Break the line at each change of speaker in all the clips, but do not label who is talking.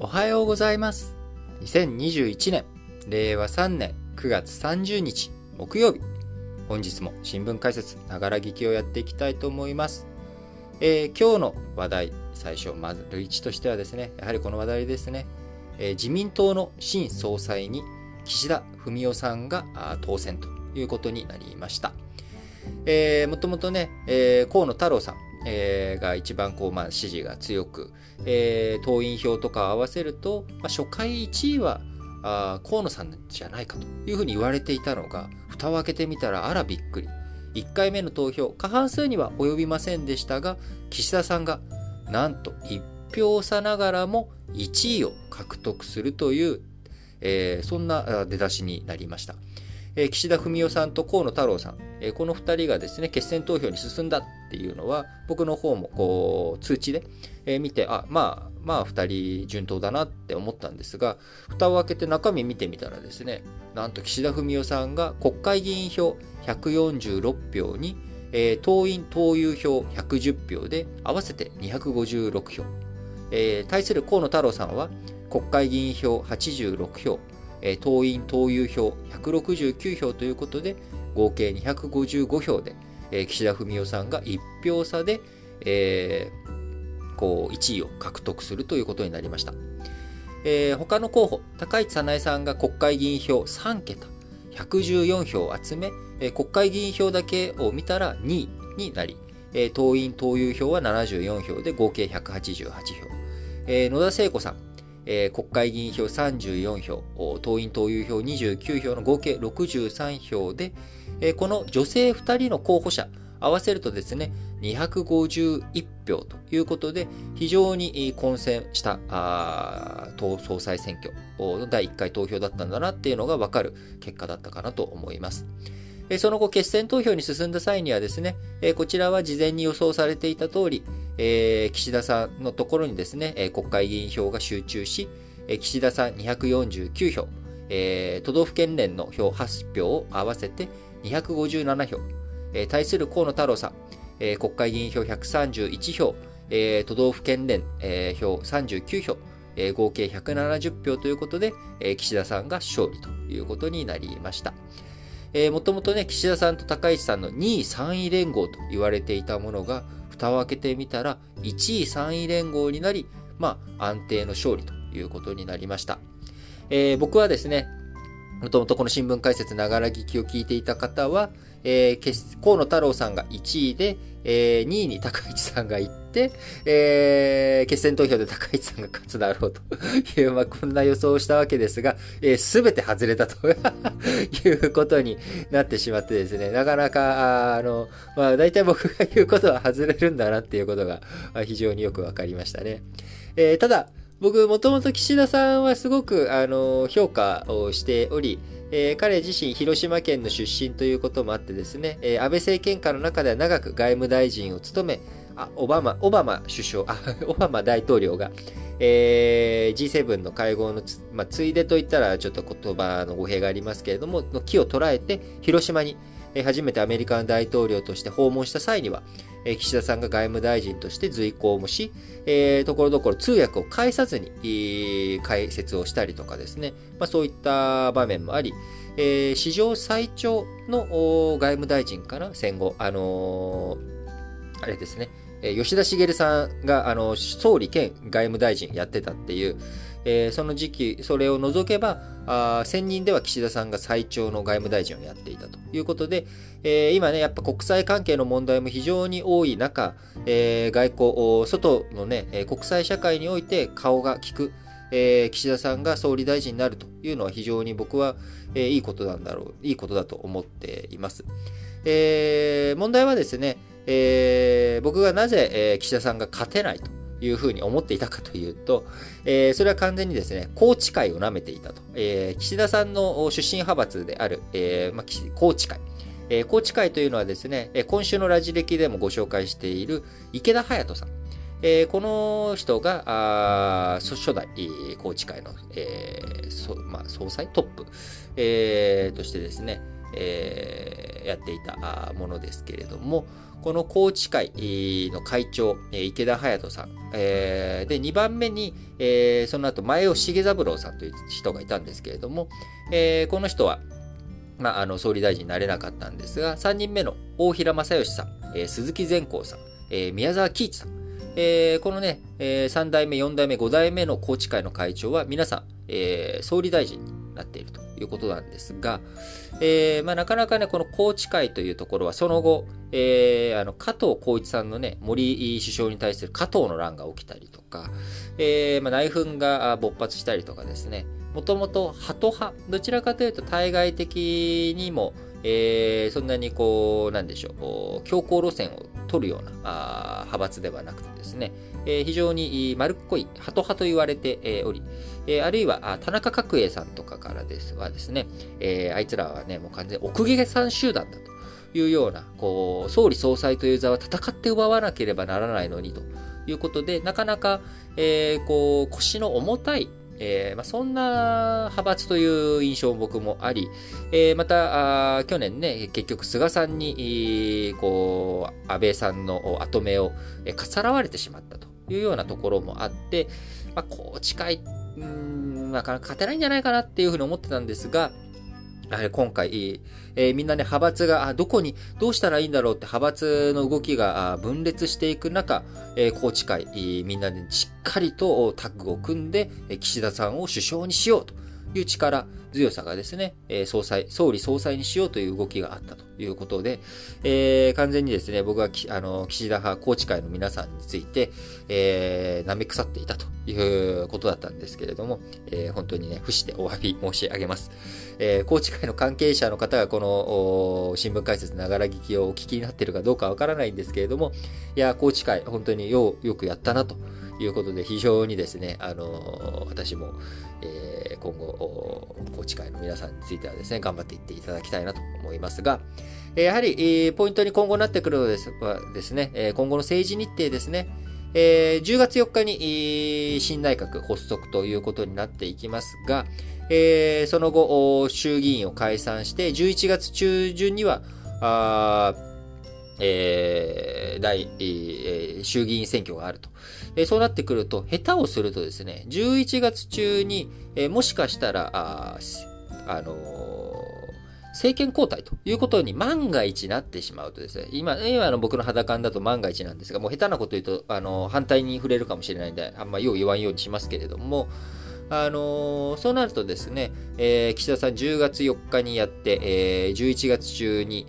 おはようございます。2021年、令和3年9月30日木曜日。本日も新聞解説、ながら聞きをやっていきたいと思います。今日の話題、最初、まず1としてはですね、やはりこの話題ですね。自民党の新総裁に岸田文雄さんが当選ということになりました。もともとね、河野太郎さん、が一番支持が強く、党員票とか合わせると、初回1位は河野さんじゃないかというふうに言われていたのが、蓋を開けてみたらあらびっくり。1回目の投票、過半数には及びませんでしたが、岸田さんがなんと1票差ながらも1位を獲得するという、そんな出だしになりました。岸田文雄さんと河野太郎さん、この2人がですね、決選投票に進んだっていうのは、僕の方も通知で、見て、2人順当だなって思ったんですが、蓋を開けて中身見てみたらですね、なんと岸田文雄さんが国会議員票146票に、党員・党友票110票で合わせて256票。対する河野太郎さんは国会議員票86票、党員・党友票169票ということで、合計255票で、岸田文雄さんが1票差で、1位を獲得するということになりました。他の候補、高市早苗さんが国会議員票3桁、114票を集め、国会議員票だけを見たら2位になり、党員・党友票は74票で合計188票。野田聖子さん、国会議員票34票、党員・党友票29票の合計63票で、この女性2人の候補者、合わせるとですね、251票ということで、非常に混戦した党総裁選挙の第1回投票だったんだなっていうのが分かる結果だったかなと思います。その後、決選投票に進んだ際にはですね、こちらは事前に予想されていた通り、岸田さんのところにですね、国会議員票が集中し、岸田さん249票、都道府県連の票8票を合わせて257票、対する河野太郎さん、国会議員票131票、都道府県連、票39票、合計170票ということで、岸田さんが勝利ということになりました。もともとね、岸田さんと高市さんの2位3位連合と言われていたものが、蓋を開けてみたら1位3位連合になり、安定の勝利ということになりました。僕はですね、もともとこの新聞解説ながら聞きを聞いていた方は、河野太郎さんが1位で、2位に高市さんが行って、決選投票で高市さんが勝つだろうという、こんな予想をしたわけですが、すべて外れたということになってしまってですね、なかなか、大体僕が言うことは外れるんだなっていうことが非常によくわかりましたね。ただ、僕、もともと岸田さんはすごく、評価をしており、彼自身、広島県の出身ということもあってですね、安倍政権下の中では長く外務大臣を務め、オバマ大統領が、G7 の会合のついでといったらちょっと言葉の語弊がありますけれども、の機を捉えて、広島に初めてアメリカの大統領として訪問した際には、岸田さんが外務大臣として随行もし、ところどころ通訳を介さずに、解説をしたりとかですね、そういった場面もあり、史上最長の外務大臣かな、戦後、あれですね、吉田茂さんが総理兼外務大臣やってたっていう、その時期、それを除けば、専任では岸田さんが最長の外務大臣をやっていたということで、今ね、やっぱ国際関係の問題も非常に多い中、外交、外のね、国際社会において顔が利く、岸田さんが総理大臣になるというのは非常に僕は、いいことだと思っています。問題はですね、僕がなぜ、岸田さんが勝てないというふうに思っていたかというと、それは完全にですね、宏池会を舐めていたと。岸田さんの出身派閥である、宏池会。宏池会というのはですね、今週のラジ歴でもご紹介している池田隼人さん。この人が初代宏池会の、総裁トップ、としてですね、やっていたものですけれども、 この宏池会の会長、池田隼人さん、で、2番目に、その後、前尾重三郎さんという人がいたんですけれども、この人は、総理大臣になれなかったんですが、3人目の大平正義さん、鈴木善光さん、宮沢喜一さん、このね、3代目、4代目、5代目の宏池会の会長は皆さん、総理大臣になっているということなんですが、なかなかね、この宏池会というところはその後、加藤浩一さんのね、森首相に対する加藤の乱が起きたりとか、内紛が勃発したりとかですね、もともとハト派、どちらかというと対外的にも、そんなになんでしょう、強硬路線を取るような派閥ではなくてですね、非常に丸っこいハト派と言われており、あるいは田中角栄さんとかからはですね、あいつらはね、もう完全に奥下さん集団だというような、総理総裁という座は戦って奪わなければならないのにということで、なかなか、腰の重たい、そんな派閥という印象僕もあり、また去年ね、結局菅さんに、安倍さんの後目をかさらわれてしまったというようなところもあって、宏池会、なかなか勝てないんじゃないかなっていうふうに思ってたんですが、やはり今回、みんなね、派閥が、どうしたらいいんだろうって派閥の動きが分裂していく中、宏池会、みんなでしっかりとタッグを組んで、岸田さんを首相にしようという力強さがですね、総理総裁にしようという動きがあったということで、完全にですね、僕は岸田派宏池会の皆さんについて、舐め腐っていたということだったんですけれども、本当にね、伏してお詫び申し上げます。宏池会の関係者の方がこの新聞解説ながら聞きをお聞きになっているかどうかわからないんですけれども、いや、宏池会本当によくやったなということで、非常にですね、私も、今後、宏池会の皆さんについてはですね、頑張っていっていただきたいなと思いますが、やはり、ポイントに今後なってくるのはですね、今後の政治日程ですね、10月4日に新内閣発足ということになっていきますが、その後、衆議院を解散して、11月中旬には、衆議院選挙があると。そうなってくると、下手をするとですね、11月中に、もしかしたら、政権交代ということに万が一なってしまうとですね、今の僕の肌感だと万が一なんですが、もう下手なこと言うと、反対に触れるかもしれないんで、あんまよう言わんようにしますけれども、そうなるとですね、岸田さん10月4日にやって、11月中に、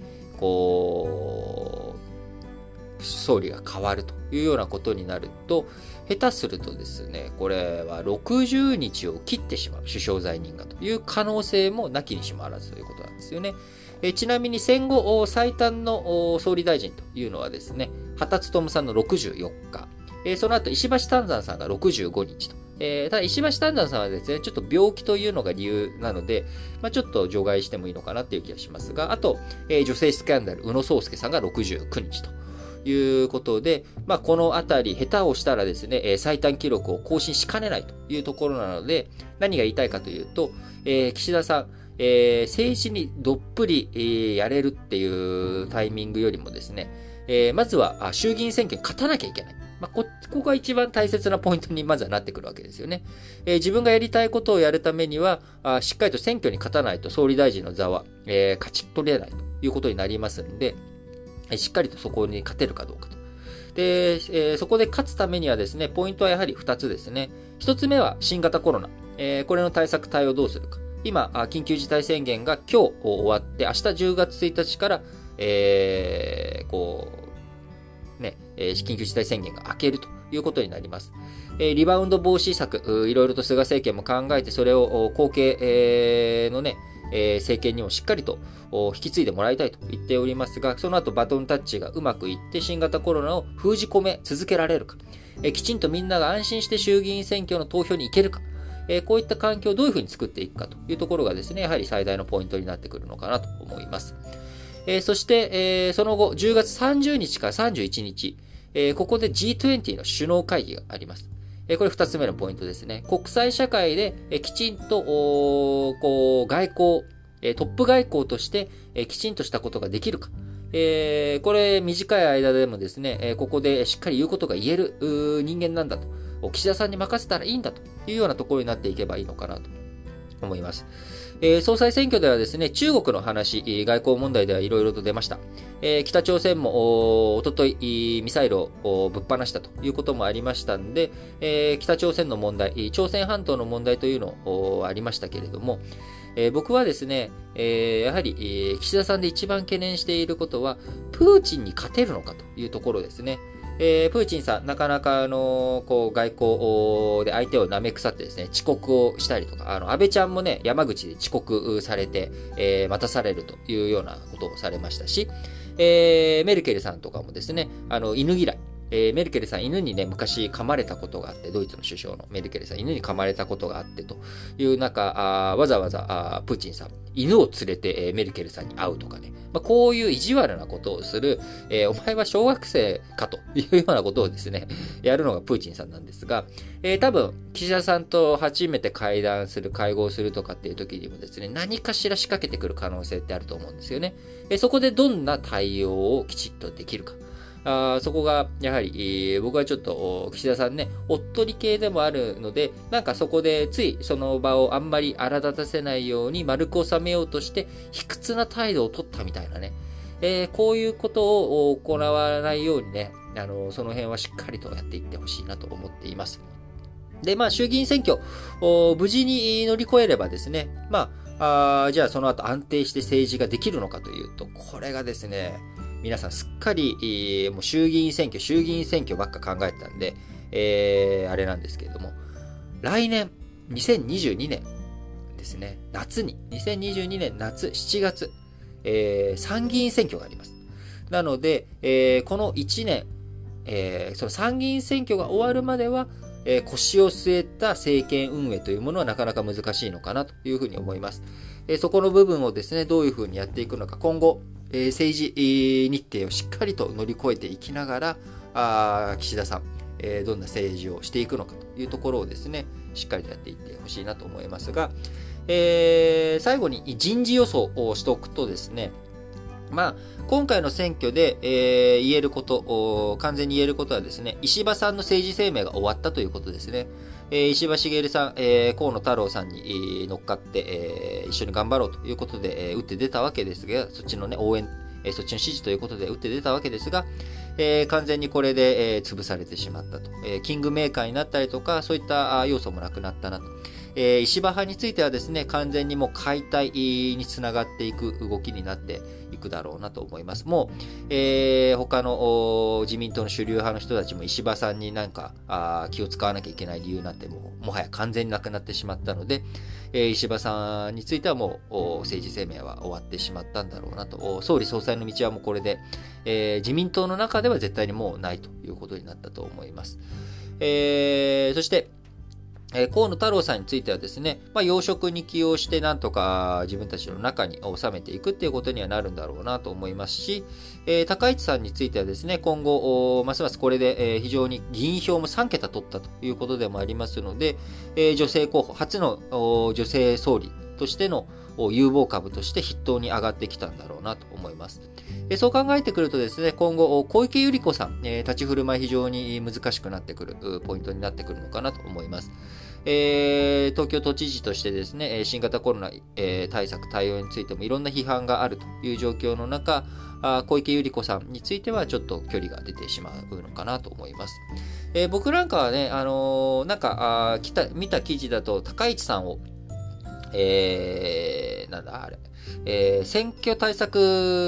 総理が変わるというようなことになると、下手するとですね、これは60日を切ってしまう、首相在任がという可能性もなきにしもあらずということなんですよね。ちなみに戦後最短の総理大臣というのはですね、羽田孜さんの64日、その後石橋湛山さんが65日と。ただ石橋湛山さんはですね、ちょっと病気というのが理由なので、ちょっと除外してもいいのかなっていう気がしますが、あと、女性スキャンダル、宇野宗介さんが69日ということで、このあたり、下手をしたらですね、最短記録を更新しかねないというところなので、何が言いたいかというと、岸田さん、政治にどっぷり、やれるっていうタイミングよりもですね、まずは衆議院選挙に勝たなきゃいけない。ここが一番大切なポイントにまずはなってくるわけですよね。自分がやりたいことをやるためには、しっかりと選挙に勝たないと総理大臣の座は、勝ち取れないということになりますので、しっかりとそこに勝てるかどうかと。で、そこで勝つためにはですね、ポイントはやはり2つですね。1つ目は新型コロナ。これの対策対応どうするか。今、緊急事態宣言が今日終わって、明日10月1日から、緊急事態宣言が明けるということになります。リバウンド防止策、いろいろと菅政権も考えて、それを後継のね、政権にもしっかりと引き継いでもらいたいと言っておりますが、その後バトンタッチがうまくいって新型コロナを封じ込め続けられるか、きちんとみんなが安心して衆議院選挙の投票に行けるか、こういった環境をどういうふうに作っていくかというところがですね、やはり最大のポイントになってくるのかなと思います。そして、その後10月30日から31日、ここで G20 の首脳会議があります。これ2つ目のポイントですね。国際社会できちんと外交、トップ外交としてきちんとしたことができるか。 これ短い間でもですね、ここでしっかり言うことが言える人間なんだと、岸田さんに任せたらいいんだというようなところになっていけばいいのかなと思います。総裁選挙ではですね、中国の話、外交問題ではいろいろと出ました。北朝鮮もおとといミサイルをぶっ放したということもありましたんで、北朝鮮の問題、朝鮮半島の問題というのありましたけれども、僕はですね、やはり、岸田さんで一番懸念していることは、プーチンに勝てるのかというところですね。プーチンさん、なかなかこう外交で相手を舐め腐ってですね、遅刻をしたりとか、安倍ちゃんもね、山口で遅刻されて、待たされるというようなことをされましたし、メルケルさんとかもですね、犬嫌い。メルケルさん、犬にね、昔噛まれたことがあって、ドイツの首相のメルケルさん、犬に噛まれたことがあってという中、わざわざプーチンさん、犬を連れて、メルケルさんに会うとかね、こういう意地悪なことをする、お前は小学生かというようなことをですね、やるのがプーチンさんなんですが、多分、岸田さんと初めて会談する、会合するとかっていう時にもですね、何かしら仕掛けてくる可能性ってあると思うんですよね。そこでどんな対応をきちっとできるか。そこが、やはり、僕はちょっと、岸田さんね、おっとり系でもあるので、なんかそこでついその場をあんまり荒立たせないように丸く収めようとして、卑屈な態度を取ったみたいなね。こういうことを行わないようにね、その辺はしっかりとやっていってほしいなと思っています。で、衆議院選挙、無事に乗り越えればですね、じゃあその後安定して政治ができるのかというと、これがですね、皆さんすっかり、もう衆議院選挙ばっか考えてたんで、あれなんですけれども、来年、2022年ですね、2022年夏7月、参議院選挙があります。なので、この1年、その参議院選挙が終わるまでは、腰を据えた政権運営というものはなかなか難しいのかなというふうに思います。そこの部分をですね、どういうふうにやっていくのか、今後、政治日程をしっかりと乗り越えていきながら、岸田さん、どんな政治をしていくのかというところをですね、しっかりとやっていってほしいなと思いますが、最後に人事予想をしておくとですね、今回の選挙で、言えること、完全に言えることはですね、石破さんの政治生命が終わったということですね。石破茂さん、河野太郎さんに乗っかって、一緒に頑張ろうということで、打って出たわけですが、そっちのね、応援、そっちの支持ということで打って出たわけですが、完全にこれで、潰されてしまったと。キングメーカーになったりとか、そういった要素もなくなったなと。石破派についてはですね、完全にもう解体につながっていく動きになっていくだろうなと思います。もう、他の自民党の主流派の人たちも石破さんになんか気を使わなきゃいけない理由なんてもはや完全になくなってしまったので、石破さんについてはもう政治生命は終わってしまったんだろうなと。総理総裁の道はもうこれで、自民党の中では絶対にもうないということになったと思います。そして、河野太郎さんについてはですね、要職に起用してなんとか自分たちの中に収めていくっていうことにはなるんだろうなと思いますし、高市さんについてはですね、今後、ますますこれで、非常に議員票も3桁取ったということでもありますので、女性候補、初の女性総理としての有望株として筆頭に上がってきたんだろうなと思います。そう考えてくるとですね、今後、小池百合子さん、立ち振る舞い非常に難しくなってくる、ポイントになってくるのかなと思います。東京都知事としてですね、新型コロナ、対策、対応についてもいろんな批判があるという状況の中、小池百合子さんについてはちょっと距離が出てしまうのかなと思います。僕なんかはね、見た記事だと、高市さんを、選挙対策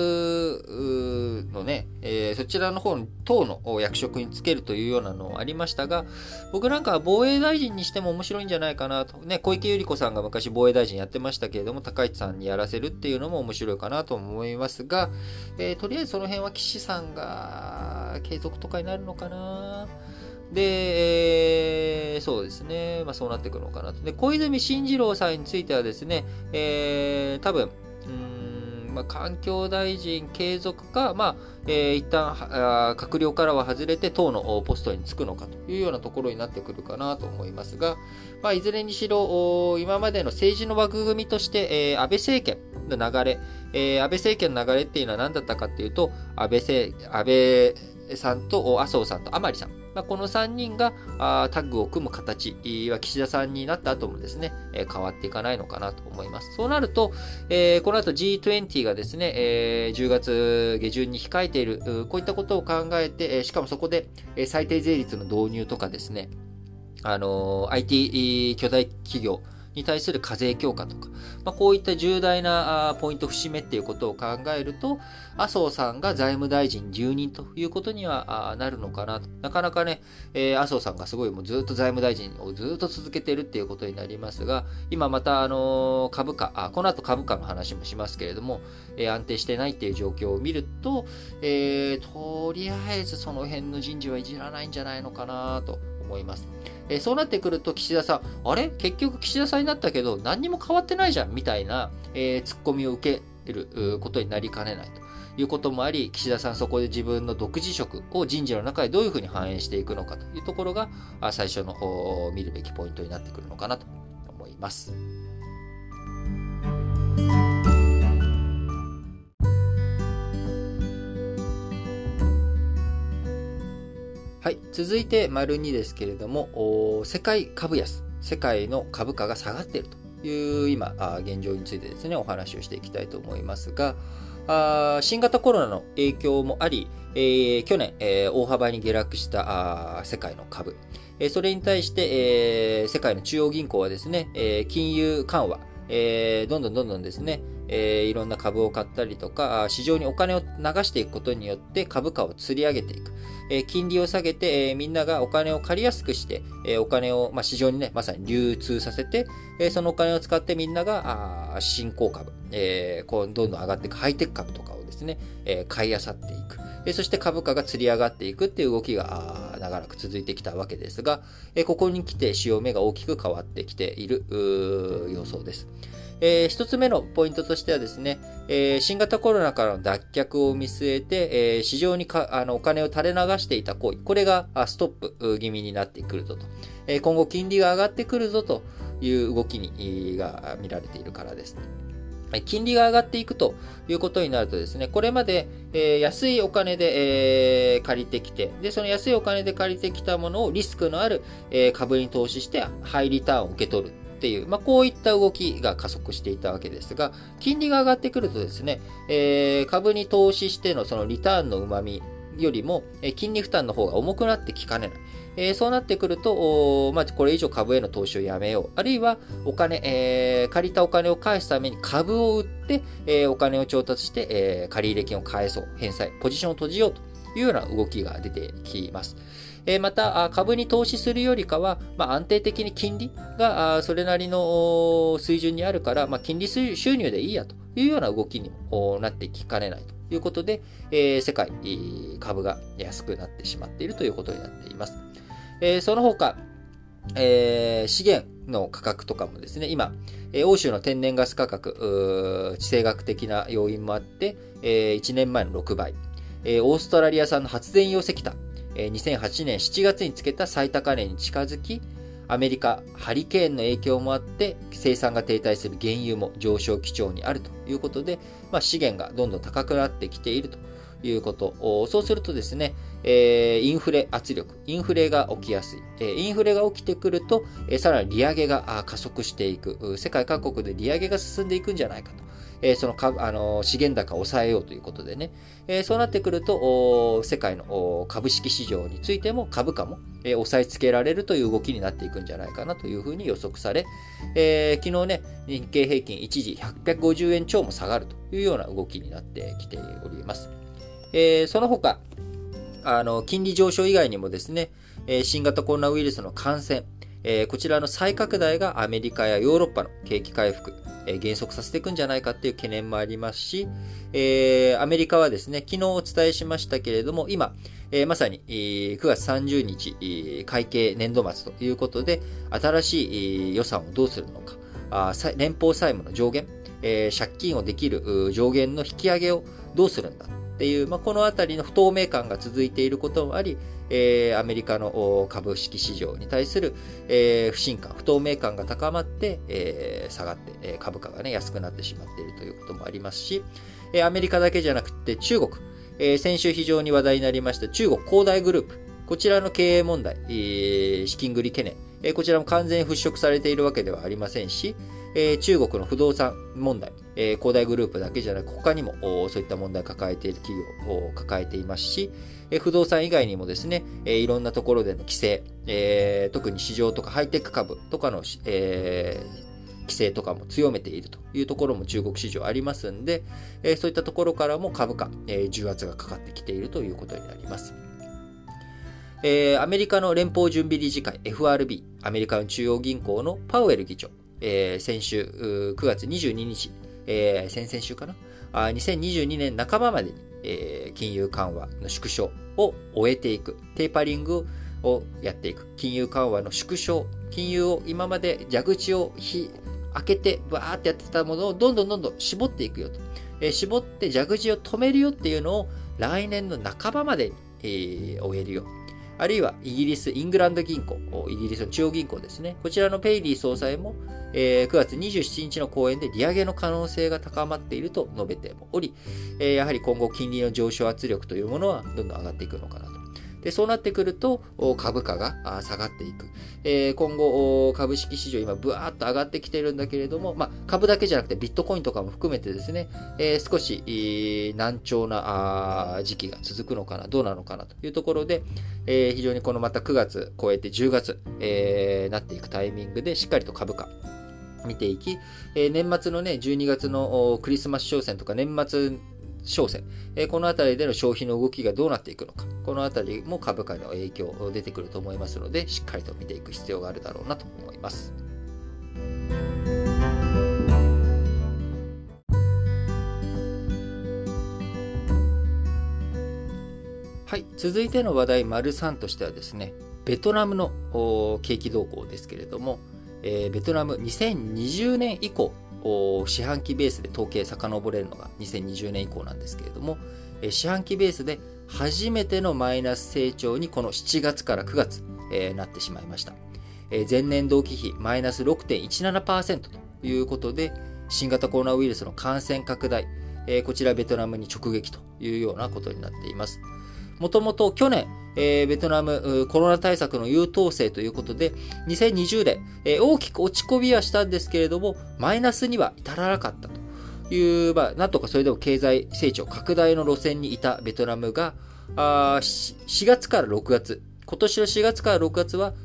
のね、そちらの方の党の役職につけるというようなのありましたが、僕なんかは防衛大臣にしても面白いんじゃないかなと。ね、小池百合子さんが昔防衛大臣やってましたけれども、高市さんにやらせるっていうのも面白いかなと思いますが、とりあえずその辺は岸さんが継続とかになるのかな。で、そうですね。そうなってくるのかなと。で、小泉進次郎さんについてはですね、多分、 環境大臣継続か、一旦閣僚からは外れて党のポストに就くのかというようなところになってくるかなと思いますが、いずれにしろ今までの政治の枠組みとして、安倍政権の流れ、安倍政権の流れっていうのは何だったかっていうと、安倍さんと麻生さんと甘利さん、この3人がタッグを組む形は岸田さんになった後もですね、変わっていかないのかなと思います。そうなると、この後 G20 がですね、10月下旬に控えている、こういったことを考えて、しかもそこで最低税率の導入とかですね、IT 巨大企業に対する課税強化とか、こういった重大なポイント節目っていうことを考えると、麻生さんが財務大臣留任ということにはなるのかなと。なかなかね、麻生さんがすごいもうずっと財務大臣をずっと続けているっていうことになりますが、今また株価、この後株価の話もしますけれども、安定してないっていう状況を見ると、とりあえずその辺の人事はいじらないんじゃないのかなと思います。そうなってくると岸田さん、あれ結局岸田さんになったけど何にも変わってないじゃんみたいな、ツッコミを受けることになりかねないということもあり、岸田さんそこで自分の独自色を人事の中でどういうふうに反映していくのかというところが最初の見るべきポイントになってくるのかなと思います。はい、続いて丸2ですけれども、世界株安、世界の株価が下がっているという今現状についてですね、お話をしていきたいと思いますが、新型コロナの影響もあり、去年、大幅に下落した世界の株、それに対して、世界の中央銀行はですね、金融緩和、どんどんですね、いろんな株を買ったりとか、市場にお金を流していくことによって株価を吊り上げていく。金利を下げて、みんながお金を借りやすくして、お金を、市場にね、まさに流通させて、そのお金を使ってみんなが、新興株、こうどんどん上がっていくハイテク株とかをですね、買い漁っていく。そして株価が吊り上がっていくっていう動きが長らく続いてきたわけですが、ここに来て潮目が大きく変わってきている様相です。一つ目のポイントとしてはですね、新型コロナからの脱却を見据えて、市場にお金を垂れ流していた行為、これがストップ気味になってくるぞと。今後金利が上がってくるぞという動きが見られているからです。金利が上がっていくということになるとですね、これまで、安いお金で、借りてきて、で、その安いお金で借りてきたものをリスクのある、株に投資してハイリターンを受け取るっていう、こういった動きが加速していたわけですが、金利が上がってくるとですね、株に投資してのそのリターンの旨味よりも、金利負担の方が重くなってきかねない。そうなってくると、これ以上株への投資をやめよう。あるいは、借りたお金を返すために株を売って、お金を調達して、借入金を返そう。返済、ポジションを閉じようというような動きが出てきます。また、株に投資するよりかは、安定的に金利がそれなりの水準にあるから、金利収入でいいやというような動きにもなってきかねないということで、世界株が安くなってしまっているということになっています。その他、資源の価格とかもですね、今、欧州の天然ガス価格、地政学的な要因もあって、1年前の6倍、オーストラリア産の発電用石炭、2008年7月につけた最高値に近づき、アメリカ、ハリケーンの影響もあって、生産が停滞する原油も上昇基調にあるということで、資源がどんどん高くなってきているということ。そうするとですね、インフレ圧力、インフレが起きやすい。インフレが起きてくると、さらに利上げが加速していく。世界各国で利上げが進んでいくんじゃないかと。その資源高を抑えようということでね。そうなってくると、世界の株式市場についても株価も抑えつけられるという動きになっていくんじゃないかなというふうに予測され、昨日ね、日経平均一時850円超も下がるというような動きになってきております。その他、金利上昇以外にもですね、新型コロナウイルスの感染、こちらの再拡大がアメリカやヨーロッパの景気回復、減速させていくんじゃないかっていう懸念もありますし、アメリカはですね、昨日お伝えしましたけれども、今、まさに9月30日、会計年度末ということで、新しい予算をどうするのか、 連邦債務の上限、借金をできる上限の引き上げをどうするんだっていう、このあたりの不透明感が続いていることもあり、アメリカの株式市場に対する、不信感、不透明感が高まって、下がって、株価がね、安くなってしまっているということもありますし、アメリカだけじゃなくて中国、先週非常に話題になりました中国恒大グループ、こちらの経営問題、資金繰り懸念、こちらも完全に払拭されているわけではありませんし、中国の不動産問題、恒大グループだけじゃなく他にもそういった問題を抱えている企業を抱えていますし、不動産以外にもですね、いろんなところでの規制、特に市場とかハイテク株とかの、規制とかも強めているというところも中国市場ありますんで、そういったところからも株価、重圧がかかってきているということになります。アメリカの連邦準備理事会 FRB、アメリカの中央銀行のパウエル議長、先週9月22日、先々週かな、2022年半ばまでに、金融緩和の縮小を終えていく、テーパリングをやっていく、金融緩和の縮小、金融を今まで蛇口を開けてバーってやってたものをどんどん絞っていくよと、絞って蛇口を止めるよっていうのを来年の半ばまでに、終えるよ。あるいはイギリス、イングランド銀行、イギリスの中央銀行ですね。こちらのペイリー総裁も、9月27日の講演で利上げの可能性が高まっていると述べており、やはり今後金利の上昇圧力というものはどんどん上がっていくのかなと。で、そうなってくると株価が下がっていく。今後株式市場今ブワーッと上がってきているんだけれども、株だけじゃなくてビットコインとかも含めてですね、少し難聴な時期が続くのかな、どうなのかなというところで、非常にこのまた9月超えて10月、なっていくタイミングでしっかりと株価見ていき、年末のね、12月のクリスマス商戦とか年末商戦、このあたりでの消費の動きがどうなっていくのか、このあたりも株価の影響出てくると思いますので、しっかりと見ていく必要があるだろうなと思います。はい、続いての話題、丸3としてはですね、ベトナムの景気動向ですけれども、ベトナム2020年以降、四半期ベースで統計遡れるのが2020年以降なんですけれども、四半期ベースで初めてのマイナス成長にこの7月から9月、なってしまいました。前年同期比マイナス 6.17% ということで、新型コロナウイルスの感染拡大、こちらベトナムに直撃というようなことになっています。もともと去年、ベトナムコロナ対策の優等生ということで、2020年、大きく落ち込みはしたんですけれども、マイナスには至らなかったという、なんとかそれでも経済成長拡大の路線にいたベトナムが、4月から6月、今年の4月から6月は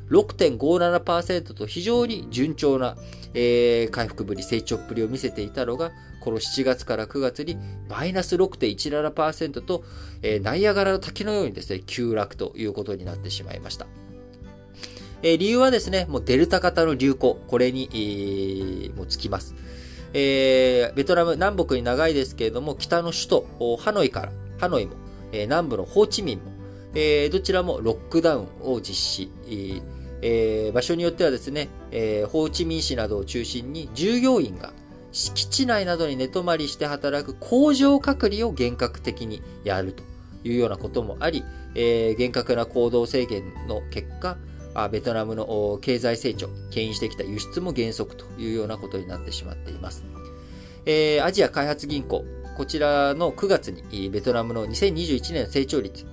6.57% と非常に順調な、回復ぶり、成長ぶりを見せていたのが、この7月から9月にマイナス 6.17% と、ナイアガラの滝のようにですね、急落ということになってしまいました。理由はですね、もうデルタ型の流行、これに、もうつきます。ベトナム南北に長いですけれども、北の首都ハノイも、南部のホーチミンも、どちらもロックダウンを実施。場所によってはですね、ホーチミン市などを中心に従業員が敷地内などに寝泊まりして働く工場隔離を厳格的にやるというようなこともあり、厳格な行動制限の結果、ベトナムの経済成長、牽引してきた輸出も減速というようなことになってしまっています。アジア開発銀行、こちらの9月にベトナムの2021年の成長率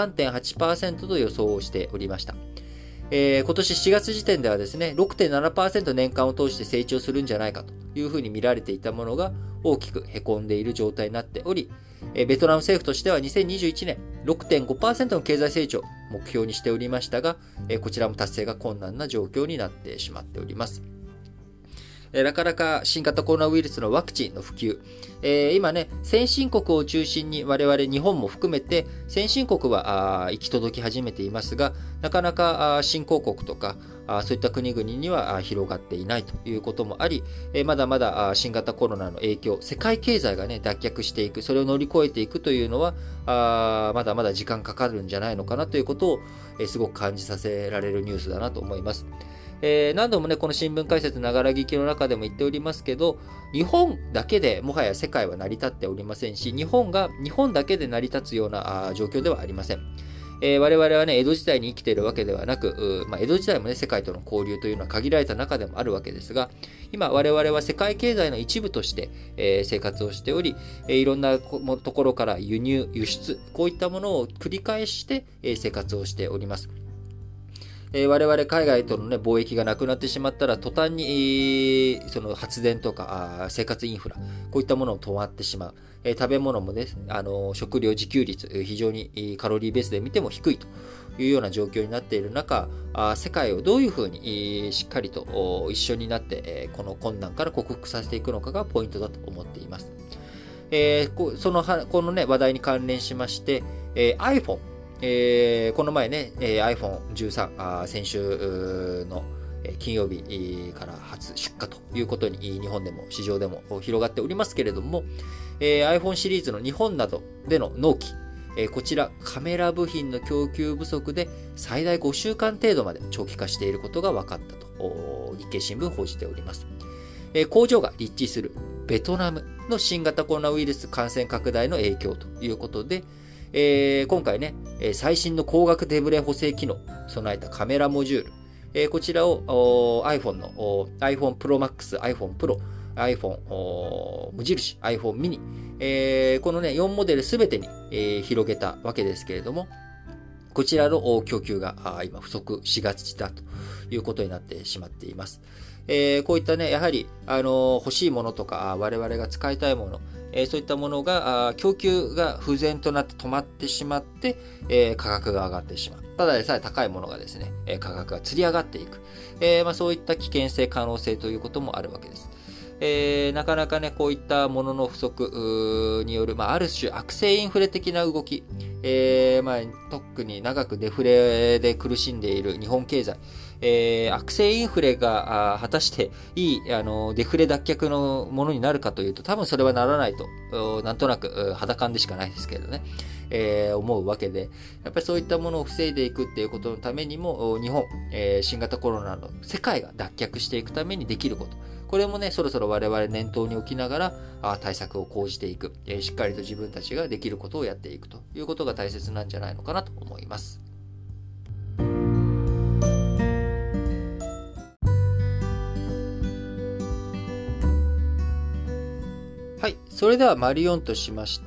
3.8% と予想をしておりました。今年7月時点ではですね、6.7% 年間を通して成長するんじゃないかというふうに見られていたものが大きく凹んでいる状態になっており、ベトナム政府としては2021年 6.5% の経済成長目標にしておりましたが、こちらも達成が困難な状況になってしまっております。なかなか新型コロナウイルスのワクチンの普及、今ね、先進国を中心に我々日本も含めて先進国は行き届き始めていますが、なかなか新興国とかそういった国々には広がっていないということもあり、まだまだ新型コロナの影響、世界経済がね、脱却していく、それを乗り越えていくというのは、まだまだ時間かかるんじゃないのかなということをすごく感じさせられるニュースだなと思います。 何度もね、この新聞解説ながら聞きの中でも言っておりますけど、日本だけでもはや世界は成り立っておりませんし、日本だけで成り立つような状況ではありません。我々はね、江戸時代に生きているわけではなく、江戸時代もね、世界との交流というのは限られた中でもあるわけですが、今我々は世界経済の一部として、生活をしており、いろんなところから輸入、輸出、こういったものを繰り返して、生活をしております。我々海外との、ね、貿易がなくなってしまったら途端に、その発電とか生活インフラ、こういったものを止まってしまう。食べ物もね、食料自給率、非常にカロリーベースで見ても低いというような状況になっている中、世界をどういうふうにしっかりと一緒になって、この困難から克服させていくのかがポイントだと思っています。このね、話題に関連しまして、iPhone、この前ね、iPhone13、先週の金曜日から初出荷ということに日本でも市場でも広がっておりますけれども、iPhone シリーズの日本などでの納期、こちらカメラ部品の供給不足で最大5週間程度まで長期化していることが分かったと日経新聞報じております。工場が立地するベトナムの新型コロナウイルス感染拡大の影響ということで、今回ね、最新の光学デブレ補正機能備えたカメラモジュール、こちらを iPhone の iPhone Pro Max、iPhone Pro、iPhone 無印、iPhone mini、このね、4モデルすべてに、広げたわけですけれども、こちらの供給が今不足しがちだということになってしまっています。こういったね、やはり、欲しいものとか、我々が使いたいもの、そういったものが、供給が不全となって止まってしまって、価格が上がってしまう。ただでさえ高いものがですね、価格が吊り上がっていく。そういった危険性、可能性ということもあるわけです。なかなかね、こういったものの不足による、ある種悪性インフレ的な動き、特に長くデフレで苦しんでいる日本経済、悪性インフレが果たしていいデフレ脱却のものになるかというと、多分それはならないと、なんとなく肌感でしかないですけどね、思うわけで、やっぱりそういったものを防いでいくっていうことのためにも、日本、新型コロナの世界が脱却していくためにできること、これもね、そろそろ我々念頭に置きながら対策を講じていく、しっかりと自分たちができることをやっていくということが大切なんじゃないのかなと思います。はい。それでは、丸4としまして、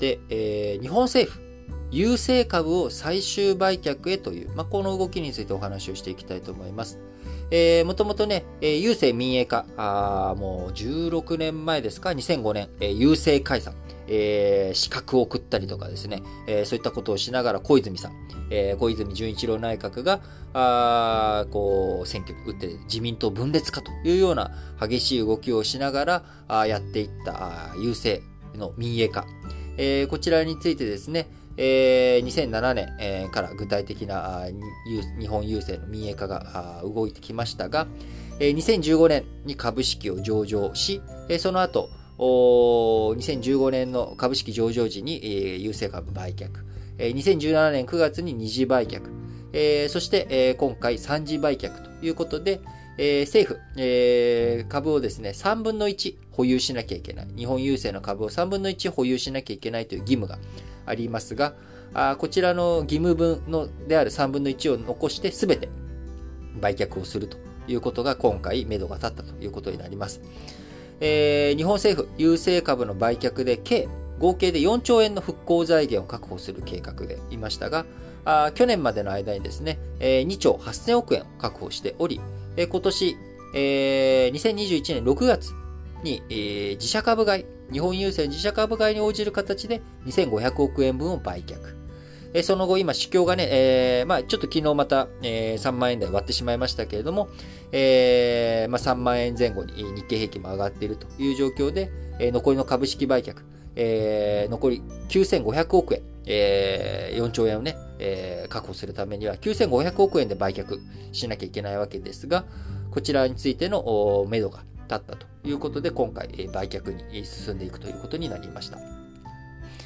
日本政府、郵政株を最終売却へという、この動きについてお話をしていきたいと思います。もともとね、郵政民営化、もう16年前ですか、2005年、郵政解散、資格を送ったりとかですね、そういったことをしながら小泉さん、小泉純一郎内閣が、選挙に打って自民党分裂かというような激しい動きをしながら、やっていった郵政の民営化、こちらについてですね、2007年から具体的な日本郵政の民営化が動いてきましたが、2015年に株式を上場し、その後、2015年の株式上場時に郵政株売却、2017年9月に二次売却、そして今回三次売却ということで、政府、株をですね、3分の1保有しなきゃいけない。日本郵政の株を3分の1保有しなきゃいけないという義務がありますが、こちらの義務分である3分の1を残して全て売却をするということが今回目処が立ったということになります。日本政府、郵政株の売却で合計で4兆円の復興財源を確保する計画でいましたが、去年までの間にですね、2兆8000億円を確保しており、今年、2021年6月に、自社株買い、日本郵政自社株買いに応じる形で2500億円分を売却。その後、今、市況がね、ちょっと昨日また、3万円台割ってしまいましたけれども、3万円前後に日経平均も上がっているという状況で、残りの株式売却、残り9500億円、4兆円をね、確保するためには9500億円で売却しなきゃいけないわけですが、こちらについての目処が立ったということで、今回売却に進んでいくということになりました。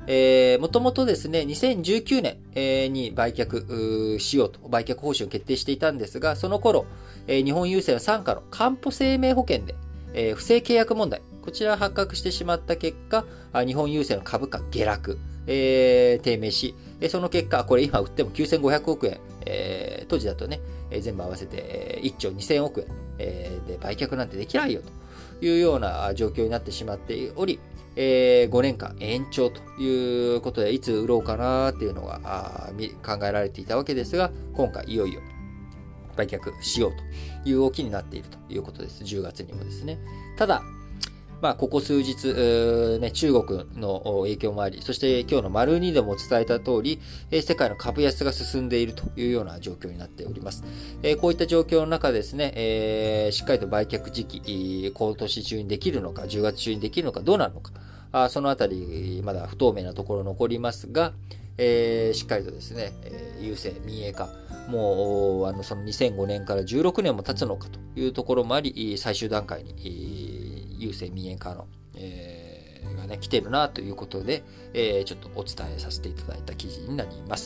もともとですね、2019年に売却しようと、売却方針を決定していたんですが、その頃、日本郵政の傘下のかんぽ生命保険で、不正契約問題、こちら発覚してしまった結果、日本郵政の株価下落、低迷し、その結果、これ今売っても9500億円、当時だとね、全部合わせて1兆2000億円、で売却なんてできないよというような状況になってしまっており、5年間延長ということで、いつ売ろうかなっていうのが考えられていたわけですが、今回いよいよ売却しようという動きになっているということです。10月にもですね。ただ、ここ数日、中国の影響もあり、そして今日の丸2でも伝えた通り、世界の株安が進んでいるというような状況になっております。こういった状況の中ですね、しっかりと売却時期、今年中にできるのか、10月中にできるのか、どうなるのか、そのあたり、まだ不透明なところ残りますが、しっかりとですね、郵政、民営化、もう、その2005年から16年も経つのかというところもあり、最終段階に、郵政民営化の、がね、来てるなということで、ちょっとお伝えさせていただいた記事になります。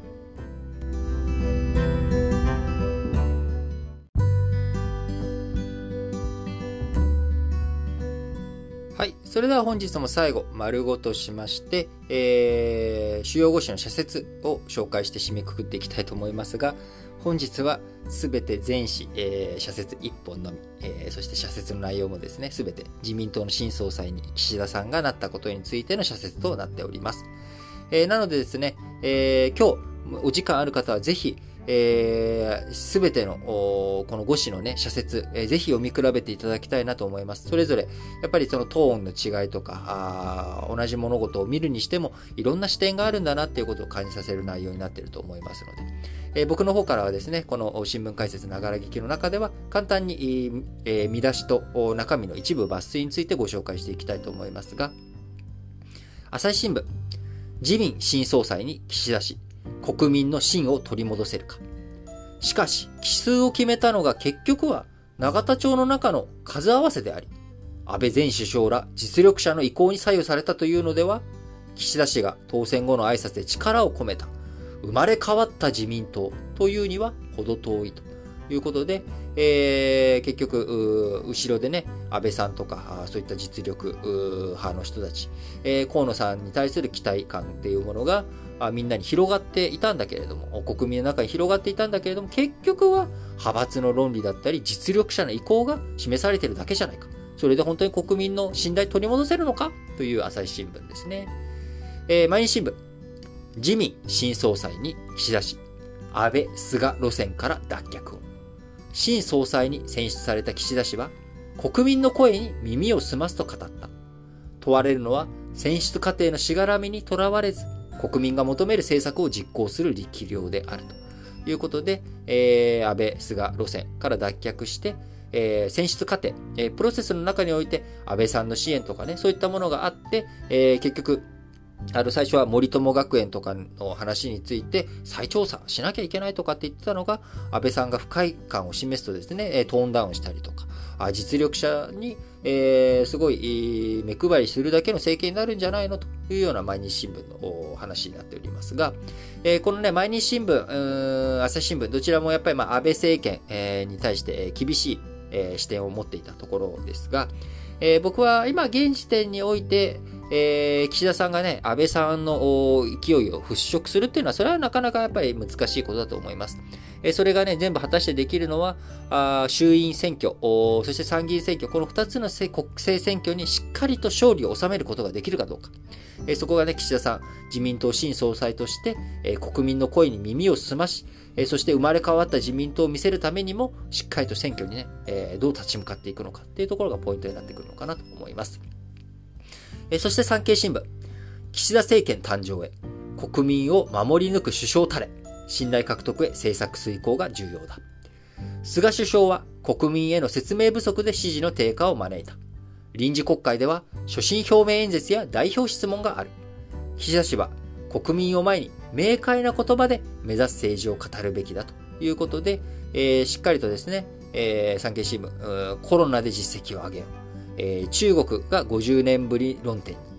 はい。それでは本日も最後、丸ごとしまして、主要5紙の社説を紹介して締めくくっていきたいと思いますが、本日はすべて全紙、社説1本のみ、そして社説の内容もですね、すべて自民党の新総裁に岸田さんがなったことについての社説となっております。なのでですね、今日お時間ある方はぜひ、すべてのこの5紙のね、社説、ぜひ読み比べていただきたいなと思います。それぞれ、やっぱりそのトーンの違いとか、同じ物事を見るにしても、いろんな視点があるんだなっていうことを感じさせる内容になっていると思いますので、僕の方からはですね、この新聞解説ながら聞きの中では、簡単に、見出しと中身の一部抜粋についてご紹介していきたいと思いますが、朝日新聞、自民新総裁に岸田氏、国民の信を取り戻せるか。しかし、奇数を決めたのが結局は永田町の中の数合わせであり、安倍前首相ら実力者の意向に左右されたというのでは、岸田氏が当選後の挨拶で力を込めた生まれ変わった自民党というには程遠いということで、結局、後ろでね、安倍さんとか、そういった実力派の人たち、河野さんに対する期待感っていうものが、みんなに広がっていたんだけれども、国民の中に広がっていたんだけれども、結局は派閥の論理だったり、実力者の意向が示されているだけじゃないか。それで本当に国民の信頼取り戻せるのかという朝日新聞ですね。毎日新聞。自民新総裁に岸田氏、安倍・菅路線から脱却を。新総裁に選出された岸田氏は、国民の声に耳を澄ますと語った。問われるのは、選出過程のしがらみにとらわれず、国民が求める政策を実行する力量であるということで、安倍・菅路線から脱却して、選出過程、プロセスの中において安倍さんの支援とかね、そういったものがあって、結局、最初は森友学園とかの話について再調査しなきゃいけないとかって言ってたのが、安倍さんが不快感を示すとですね、トーンダウンしたりとか、実力者に、すごい目配りするだけの政権になるんじゃないのというような毎日新聞の話になっておりますが、このね、毎日新聞、朝日新聞、どちらもやっぱり安倍政権、に対して厳しい、視点を持っていたところですが、僕は今現時点において、岸田さんがね、安倍さんの勢いを払拭するっていうのは、それはなかなかやっぱり難しいことだと思います。それがね、全部果たしてできるのは、衆院選挙、そして参議院選挙、この2つの国政選挙にしっかりと勝利を収めることができるかどうか。そこがね、岸田さん、自民党新総裁として、国民の声に耳を澄まし、そして生まれ変わった自民党を見せるためにも、しっかりと選挙にね、どう立ち向かっていくのかっていうところがポイントになってくるのかなと思います。そして産経新聞、岸田政権誕生へ、国民を守り抜く首相たれ、信頼獲得へ政策遂行が重要だ。菅首相は国民への説明不足で支持の低下を招いた。臨時国会では所信表明演説や代表質問がある。岸田氏は国民を前に明快な言葉で目指す政治を語るべきだということで、しっかりとですね、産経新聞、コロナで実績を上げよう。中国が50年ぶり論点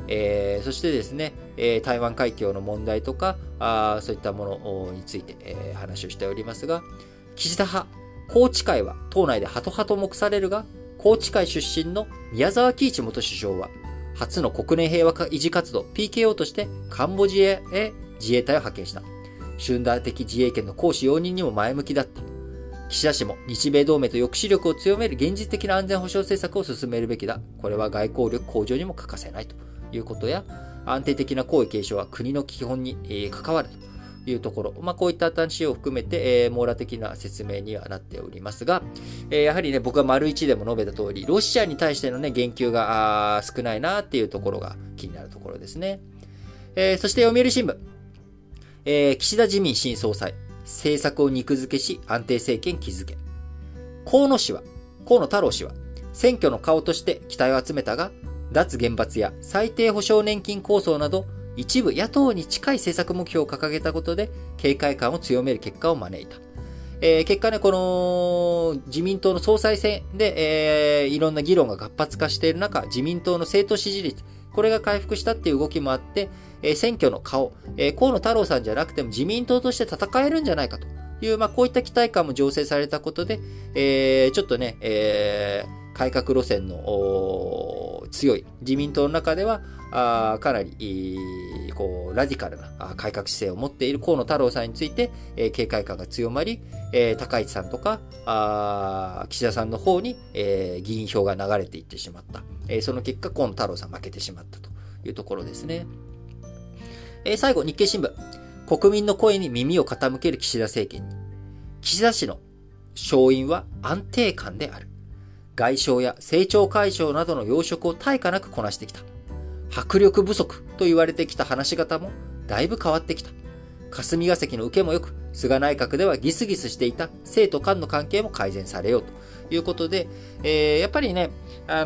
そしてですね、台湾海峡の問題とか、そういったものについて、話をしておりますが、岸田派、宏池会は党内でハト派と目されるが、宏池会出身の宮沢喜一元首相は、初の国連平和維持活動 PKO としてカンボジアへ自衛隊を派遣した。集団的自衛権の行使容認にも前向きだった。岸田氏も日米同盟と抑止力を強める現実的な安全保障政策を進めるべきだ。これは外交力向上にも欠かせないということや、安定的な皇位継承は国の基本に関わるというところ、こういった話を含めて網羅的な説明にはなっておりますが、やはりね、僕は丸一でも述べた通り、ロシアに対してのね、言及が少ないなっていうところが気になるところですね。そして読売新聞、岸田自民新総裁、政策を肉付けし安定政権築け。河野太郎氏は、選挙の顔として期待を集めたが、脱原発や最低保障年金構想など、一部野党に近い政策目標を掲げたことで、警戒感を強める結果を招いた。結果ね、この自民党の総裁選で、いろんな議論が活発化している中、自民党の政党支持率、これが回復したっていう動きもあって、選挙の顔、河野太郎さんじゃなくても自民党として戦えるんじゃないかという、こういった期待感も醸成されたことで、ちょっとね、改革路線の強い自民党の中では、かなり、ラディカルな改革姿勢を持っている河野太郎さんについて、警戒感が強まり、高市さんとか、岸田さんの方に、議員票が流れていってしまった。その結果、河野太郎さん負けてしまったというところですね。最後、日経新聞。国民の声に耳を傾ける岸田政権に。岸田氏の勝因は安定感である。外相や政調会長などの要職を対価なくこなしてきた。迫力不足と言われてきた話し方もだいぶ変わってきた。霞が関の受けもよく、菅内閣ではギスギスしていた政と官の関係も改善されようということで、やっぱりね、河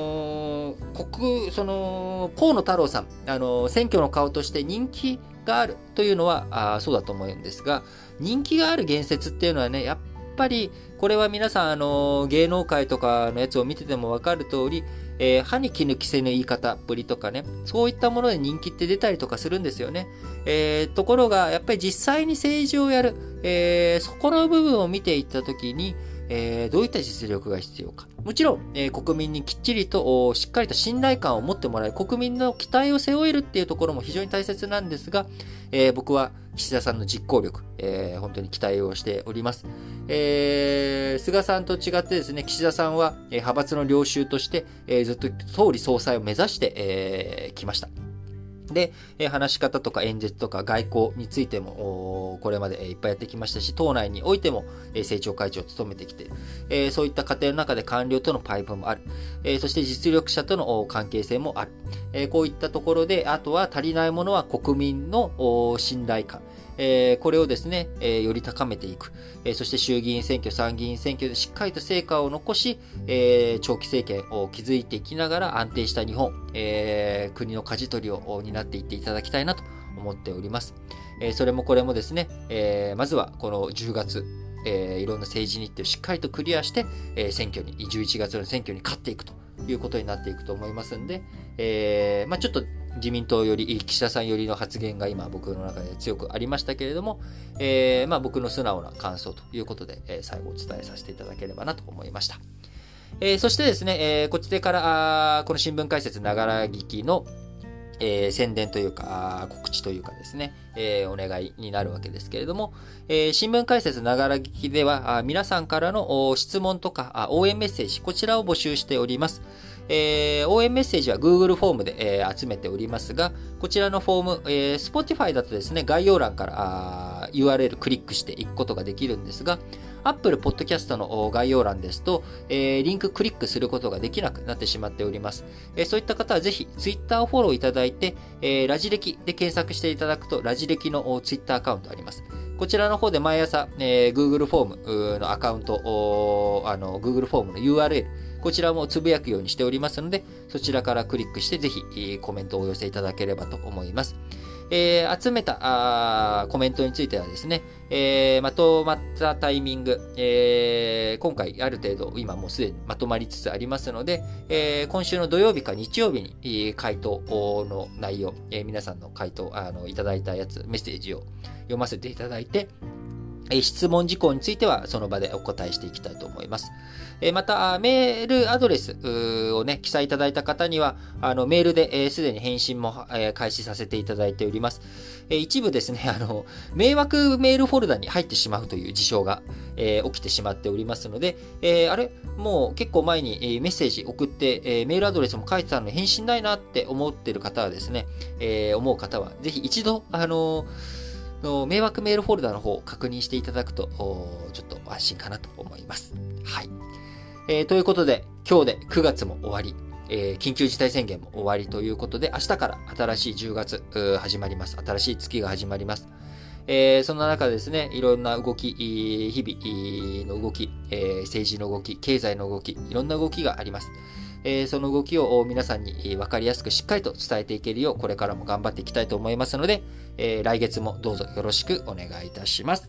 野太郎さん、選挙の顔として人気があるというのは、そうだと思うんですが、人気がある言説っていうのはね、やっぱり、これは皆さん、芸能界とかのやつを見ててもわかる通り、歯に衣着せぬ言い方っぷりとかね、そういったもので人気って出たりとかするんですよね。ところが、やっぱり実際に政治をやる、そこの部分を見ていったときに、どういった実力が必要か。もちろん、国民にきっちりと、しっかりと信頼感を持ってもらえる、国民の期待を背負えるっていうところも非常に大切なんですが、僕は岸田さんの実行力、本当に期待をしております。菅さんと違ってですね、岸田さんは、派閥の領袖として、ずっと総理総裁を目指して、きました。で、話し方とか演説とか外交についても、これまでいっぱいやってきましたし、党内においても、政調会長を務めてきている。そういった過程の中で官僚とのパイプもある。そして実力者との関係性もある。こういったところで、あとは足りないものは国民の信頼感。これをですね、より高めていく。そして衆議院選挙、参議院選挙でしっかりと成果を残し、長期政権を築いていきながら安定した日本、国の舵取りを担っていっていただきたいなと思っております。それもこれもですね、まずはこの10月、いろんな政治日程をしっかりとクリアして、11月の選挙に勝っていくということになっていくと思いますんで、ちょっと自民党より、岸田さんよりの発言が今僕の中で強くありましたけれども、僕の素直な感想ということで、最後お伝えさせていただければなと思いました。そしてですね、こちらからこの新聞解説ながら聞きの、宣伝というか告知というかですね、お願いになるわけですけれども、新聞解説ながら聞きでは皆さんからの質問とか応援メッセージ、こちらを募集しております。応援メッセージは Google フォームで、集めておりますが、こちらのフォーム、Spotify だとですね、概要欄からURL クリックしていくことができるんですが、Apple Podcast の概要欄ですと、リンククリックすることができなくなってしまっております。そういった方はぜひ Twitter をフォローいただいて、ラジ歴で検索していただくと、ラジ歴の Twitter アカウントあります。こちらの方で毎朝、Google フォームのアカウント、Google フォームの URL、こちらもつぶやくようにしておりますので、そちらからクリックしてぜひコメントをお寄せいただければと思います。 集めたコメントについてはですね、まとまったタイミング、今回ある程度今もうすでにまとまりつつありますので、今週の土曜日か日曜日に、回答の内容、皆さんの回答、いただいたやつ、メッセージを読ませていただいて、質問事項についてはその場でお答えしていきたいと思います。また、メールアドレスをね、記載いただいた方には、メールで、すでに返信も、開始させていただいております。一部ですね、迷惑メールフォルダに入ってしまうという事象が、起きてしまっておりますので、もう結構前に、メッセージ送って、メールアドレスも書いてたのに返信ないなって思ってる方はですね、思う方は、ぜひ一度、迷惑メールフォルダの方を確認していただくと、ちょっと安心かなと思います。はい。ということで、今日で9月も終わり、緊急事態宣言も終わりということで、明日から新しい10月始まります。新しい月が始まります。そんな中でですね、いろんな動き、日々の動き、政治の動き、経済の動き、いろんな動きがあります。その動きを皆さんに分かりやすくしっかりと伝えていけるよう、これからも頑張っていきたいと思いますので、来月もどうぞよろしくお願いいたします。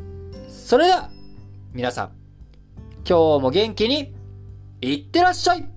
それでは、皆さん、今日も元気にいってらっしゃい。